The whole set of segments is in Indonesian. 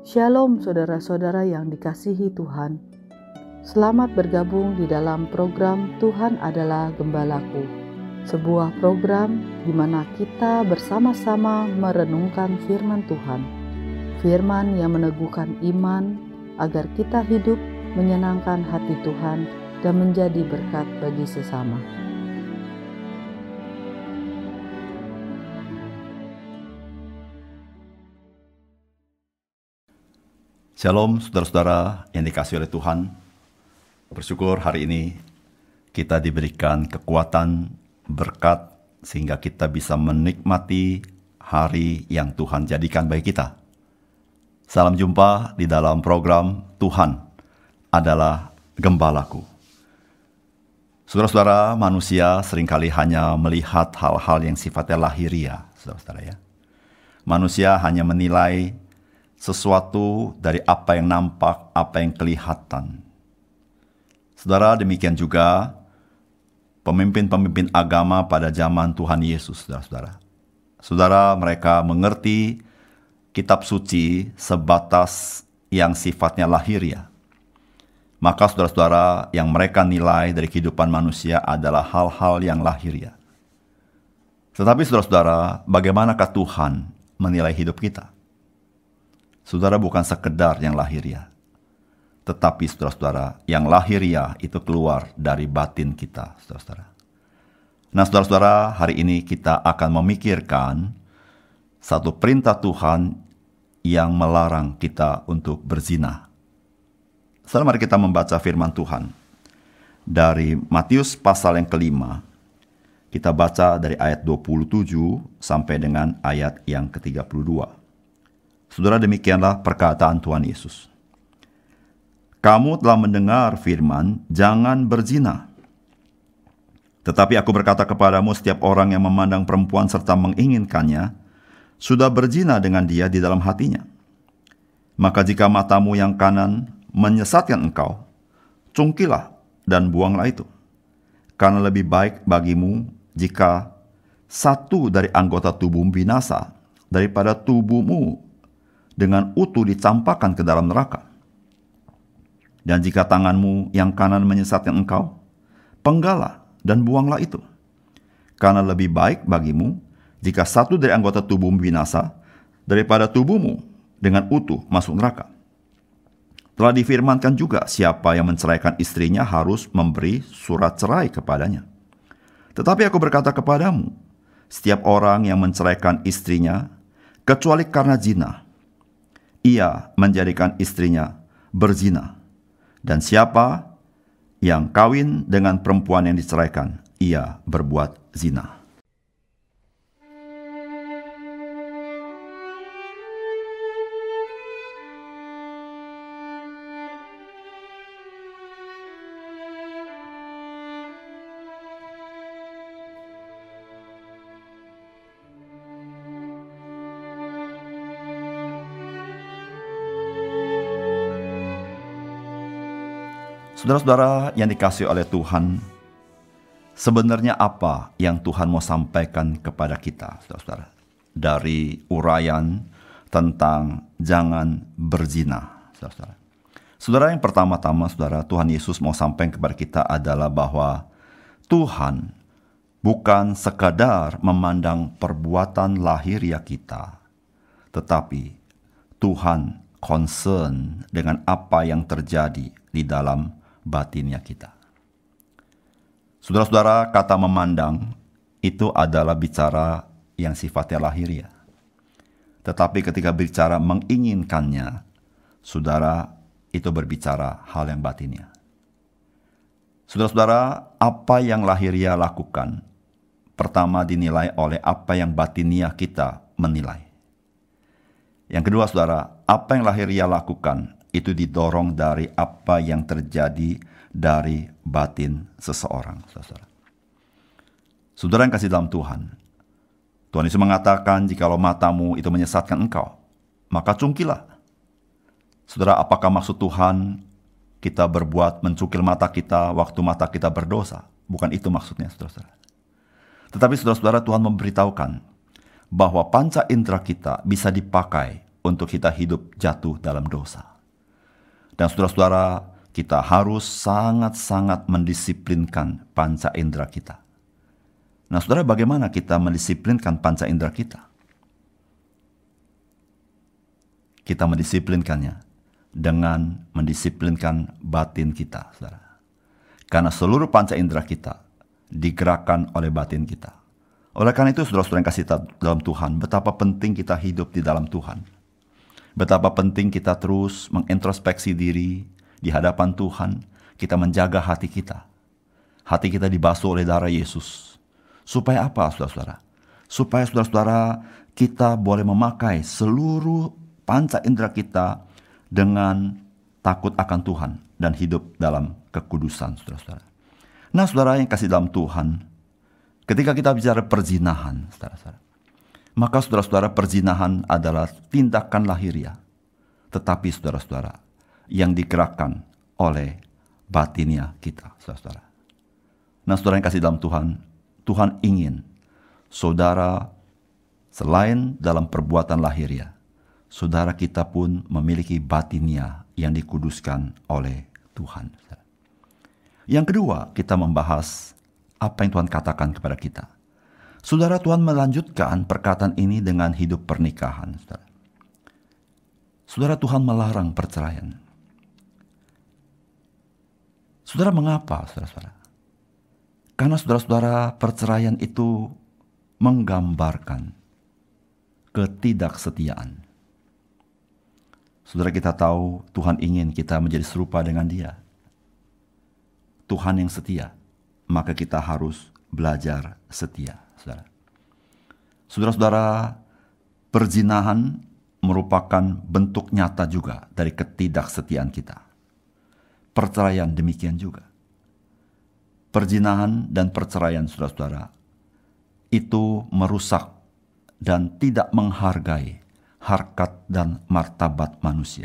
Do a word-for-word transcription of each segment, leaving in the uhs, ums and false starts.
Shalom saudara-saudara yang dikasihi Tuhan. Selamat bergabung di dalam program Tuhan adalah Gembalaku. Sebuah program di mana kita bersama-sama merenungkan firman Tuhan. Firman yang meneguhkan iman agar kita hidup menyenangkan hati Tuhan dan menjadi berkat bagi sesama. Shalom saudara-saudara yang dikasihi oleh Tuhan. Bersyukur hari ini kita diberikan kekuatan, berkat, sehingga kita bisa menikmati hari yang Tuhan jadikan bagi kita. Salam jumpa di dalam program Tuhan adalah Gembalaku. Saudara-saudara, manusia seringkali hanya melihat hal-hal yang sifatnya lahiriah, saudara-saudara ya. Manusia hanya menilai sesuatu dari apa yang nampak, apa yang kelihatan. Saudara, demikian juga pemimpin-pemimpin agama pada zaman Tuhan Yesus, saudara-saudara. Saudara, mereka mengerti kitab suci sebatas yang sifatnya lahiriah. Maka saudara-saudara, yang mereka nilai dari kehidupan manusia adalah hal-hal yang lahiriah. Tetapi saudara-saudara, bagaimanakah Tuhan menilai hidup kita? Saudara, bukan sekedar yang lahiriah, tetapi saudara-saudara, yang lahiriah itu keluar dari batin kita, saudara-saudara. Nah, saudara-saudara, hari ini kita akan memikirkan satu perintah Tuhan yang melarang kita untuk berzina. Saudara, mari kita membaca firman Tuhan dari Matius pasal yang kelima. Kita baca dari ayat dua puluh tujuh sampai dengan ayat yang ke tiga puluh dua. Saudara, demikianlah perkataan Tuhan Yesus. Kamu telah mendengar firman, jangan berzina. Tetapi aku berkata kepadamu, setiap orang yang memandang perempuan serta menginginkannya, sudah berzina dengan dia di dalam hatinya. Maka jika matamu yang kanan menyesatkan engkau, cungkilah dan buanglah itu. Karena lebih baik bagimu jika satu dari anggota tubuhmu binasa, daripada tubuhmu dengan utuh dicampakkan ke dalam neraka. Dan jika tanganmu yang kanan menyesatkan engkau, penggalah dan buanglah itu. Karena lebih baik bagimu jika satu dari anggota tubuhmu binasa, daripada tubuhmu dengan utuh masuk neraka. Telah difirmankan juga, siapa yang menceraikan istrinya harus memberi surat cerai kepadanya. Tetapi aku berkata kepadamu, setiap orang yang menceraikan istrinya, kecuali karena zina, ia menjadikan istrinya berzina. Dan siapa yang kawin dengan perempuan yang diceraikan, ia berbuat zina. Saudara-saudara yang dikasihi oleh Tuhan, sebenarnya apa yang Tuhan mau sampaikan kepada kita, saudara-saudara, dari uraian tentang jangan berzina, saudara-saudara? Saudara, yang pertama-tama, saudara, Tuhan Yesus mau sampaikan kepada kita adalah bahwa Tuhan bukan sekadar memandang perbuatan lahiriah kita, tetapi Tuhan concern dengan apa yang terjadi di dalam batinnya kita. Saudara-saudara, kata memandang itu adalah bicara yang sifatnya lahiriah. Tetapi ketika bicara menginginkannya, saudara, itu berbicara hal yang batinnya. Saudara-saudara, apa yang lahiriah lakukan, pertama dinilai oleh apa yang batiniah kita menilai. Yang kedua, saudara, apa yang lahiriah lakukan itu didorong dari apa yang terjadi dari batin seseorang, saudara. Saudara yang kasih dalam Tuhan, Tuhan Yesus mengatakan, jikalau matamu itu menyesatkan engkau, maka cungkilah. Saudara, apakah maksud Tuhan kita berbuat mencungkil mata kita waktu mata kita berdosa? Bukan itu maksudnya, saudara-saudara. Tetapi saudara-saudara, Tuhan memberitahukan bahwa panca indera kita bisa dipakai untuk kita hidup jatuh dalam dosa. Dan saudara-saudara, kita harus sangat-sangat mendisiplinkan panca indera kita. Nah, saudara, bagaimana kita mendisiplinkan panca indera kita? Kita mendisiplinkannya dengan mendisiplinkan batin kita, saudara. Karena seluruh panca indera kita digerakkan oleh batin kita. Oleh karena itu, saudara-saudara yang kasih dalam Tuhan, betapa penting kita hidup di dalam Tuhan. Betapa penting kita terus mengintrospeksi diri di hadapan Tuhan. Kita menjaga hati kita. Hati kita dibasuh oleh darah Yesus. Supaya apa, saudara-saudara? Supaya saudara-saudara kita boleh memakai seluruh panca indera kita dengan takut akan Tuhan dan hidup dalam kekudusan, saudara-saudara. Nah, saudara yang kasih dalam Tuhan, ketika kita bicara perzinahan, saudara-saudara, maka saudara-saudara, perzinahan adalah tindakan lahiriah, tetapi saudara-saudara yang digerakkan oleh batinnya kita, saudara-saudara. Nah, saudara yang kasih dalam Tuhan, Tuhan ingin saudara selain dalam perbuatan lahiriah, saudara kita pun memiliki batinnya yang dikuduskan oleh Tuhan. Yang kedua, kita membahas apa yang Tuhan katakan kepada kita. Saudara, Tuhan melanjutkan perkataan ini dengan hidup pernikahan. Saudara, saudara Tuhan melarang perceraian. Saudara, mengapa, saudara-saudara? Karena saudara-saudara, perceraian itu menggambarkan ketidaksetiaan. Saudara, kita tahu Tuhan ingin kita menjadi serupa dengan Dia. Tuhan yang setia, maka kita harus belajar setia. Saudara. Saudara-saudara, perzinahan merupakan bentuk nyata juga dari ketidaksetiaan kita. Perceraian demikian juga. Perzinahan dan perceraian, saudara-saudara, itu merusak dan tidak menghargai harkat dan martabat manusia.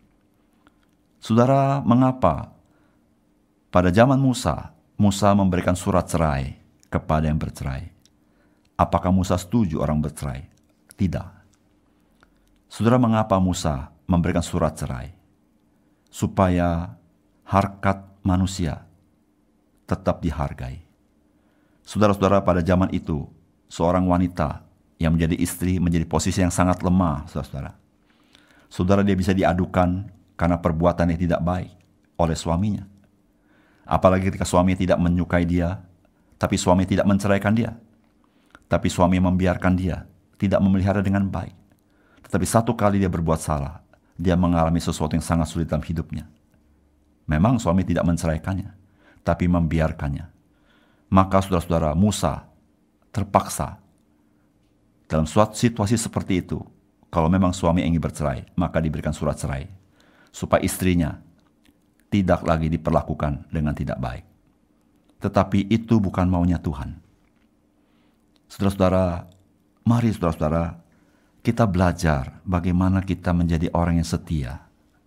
Saudara, mengapa pada zaman Musa, Musa memberikan surat cerai kepada yang bercerai? Apakah Musa setuju orang bercerai? Tidak. Saudara, mengapa Musa memberikan surat cerai? Supaya harkat manusia tetap dihargai. Saudara-saudara, pada zaman itu, seorang wanita yang menjadi istri menjadi posisi yang sangat lemah, saudara-saudara. Saudara, dia bisa diadukan karena perbuatannya tidak baik oleh suaminya. Apalagi ketika suami tidak menyukai dia, tapi suami tidak menceraikan dia. Tapi suami membiarkan dia, tidak memelihara dengan baik. Tetapi satu kali dia berbuat salah, dia mengalami sesuatu yang sangat sulit dalam hidupnya. Memang suami tidak menceraikannya, tapi membiarkannya. Maka saudara-saudara, Musa terpaksa dalam suatu situasi seperti itu. Kalau memang suami ingin bercerai, maka diberikan surat cerai. Supaya istrinya tidak lagi diperlakukan dengan tidak baik. Tetapi itu bukan maunya Tuhan. Saudara-saudara, mari saudara-saudara, kita belajar bagaimana kita menjadi orang yang setia,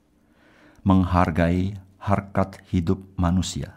menghargai harkat hidup manusia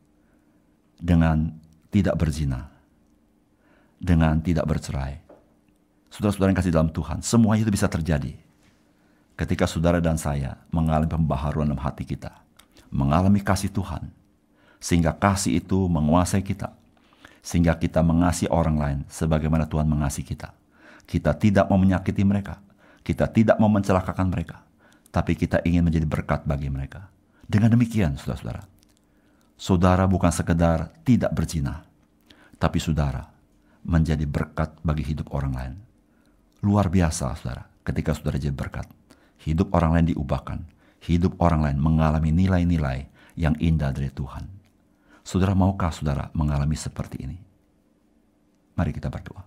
dengan tidak berzina, dengan tidak bercerai. Saudara-saudara yang kasih dalam Tuhan, semua itu bisa terjadi ketika saudara dan saya mengalami pembaharuan dalam hati kita, mengalami kasih Tuhan, sehingga kasih itu menguasai kita. Sehingga kita mengasihi orang lain sebagaimana Tuhan mengasihi kita. Kita tidak mau menyakiti mereka. Kita tidak mau mencelakakan mereka. Tapi kita ingin menjadi berkat bagi mereka. Dengan demikian, saudara-saudara, saudara bukan sekedar tidak berzina, tapi saudara menjadi berkat bagi hidup orang lain. Luar biasa, saudara, ketika saudara jadi berkat. Hidup orang lain diubahkan. Hidup orang lain mengalami nilai-nilai yang indah dari Tuhan. Saudara, maukah saudara mengalami seperti ini? Mari kita berdoa.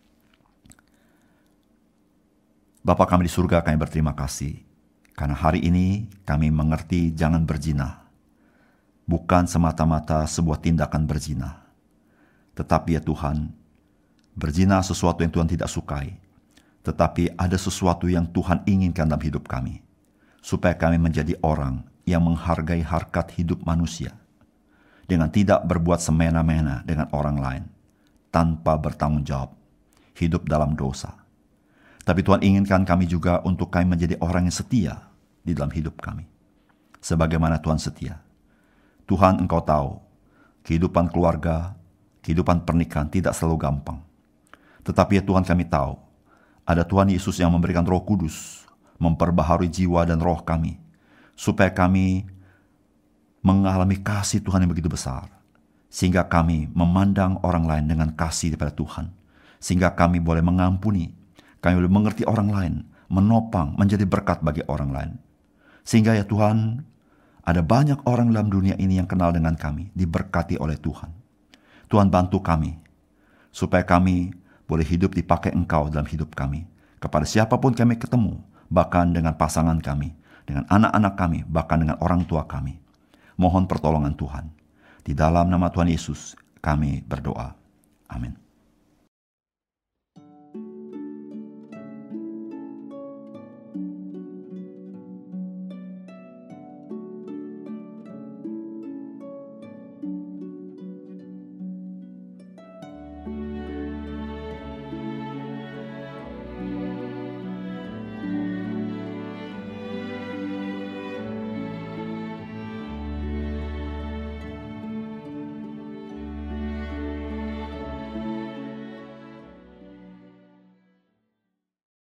Bapa kami di surga, kami berterima kasih karena hari ini kami mengerti jangan berzina. Bukan semata-mata sebuah tindakan berzina. Tetapi ya Tuhan, berzina sesuatu yang Tuhan tidak sukai. Tetapi ada sesuatu yang Tuhan inginkan dalam hidup kami. Supaya kami menjadi orang yang menghargai harkat hidup manusia. Dengan tidak berbuat semena-mena dengan orang lain, tanpa bertanggung jawab, hidup dalam dosa. Tapi Tuhan inginkan kami juga untuk kami menjadi orang yang setia di dalam hidup kami. Sebagaimana Tuhan setia. Tuhan, Engkau tahu, kehidupan keluarga, kehidupan pernikahan tidak selalu gampang. Tetapi ya Tuhan, kami tahu, ada Tuhan Yesus yang memberikan Roh Kudus, memperbaharui jiwa dan roh kami, supaya kami mengalami kasih Tuhan yang begitu besar, sehingga kami memandang orang lain dengan kasih daripada Tuhan, sehingga kami boleh mengampuni, kami boleh mengerti orang lain, menopang, menjadi berkat bagi orang lain. Sehingga ya Tuhan, ada banyak orang dalam dunia ini yang kenal dengan kami, diberkati oleh Tuhan. Tuhan, bantu kami, supaya kami boleh hidup dipakai Engkau dalam hidup kami. Kepada siapapun kami ketemu, bahkan dengan pasangan kami, dengan anak-anak kami, bahkan dengan orang tua kami. Mohon pertolongan Tuhan. Di dalam nama Tuhan Yesus kami berdoa. Amin.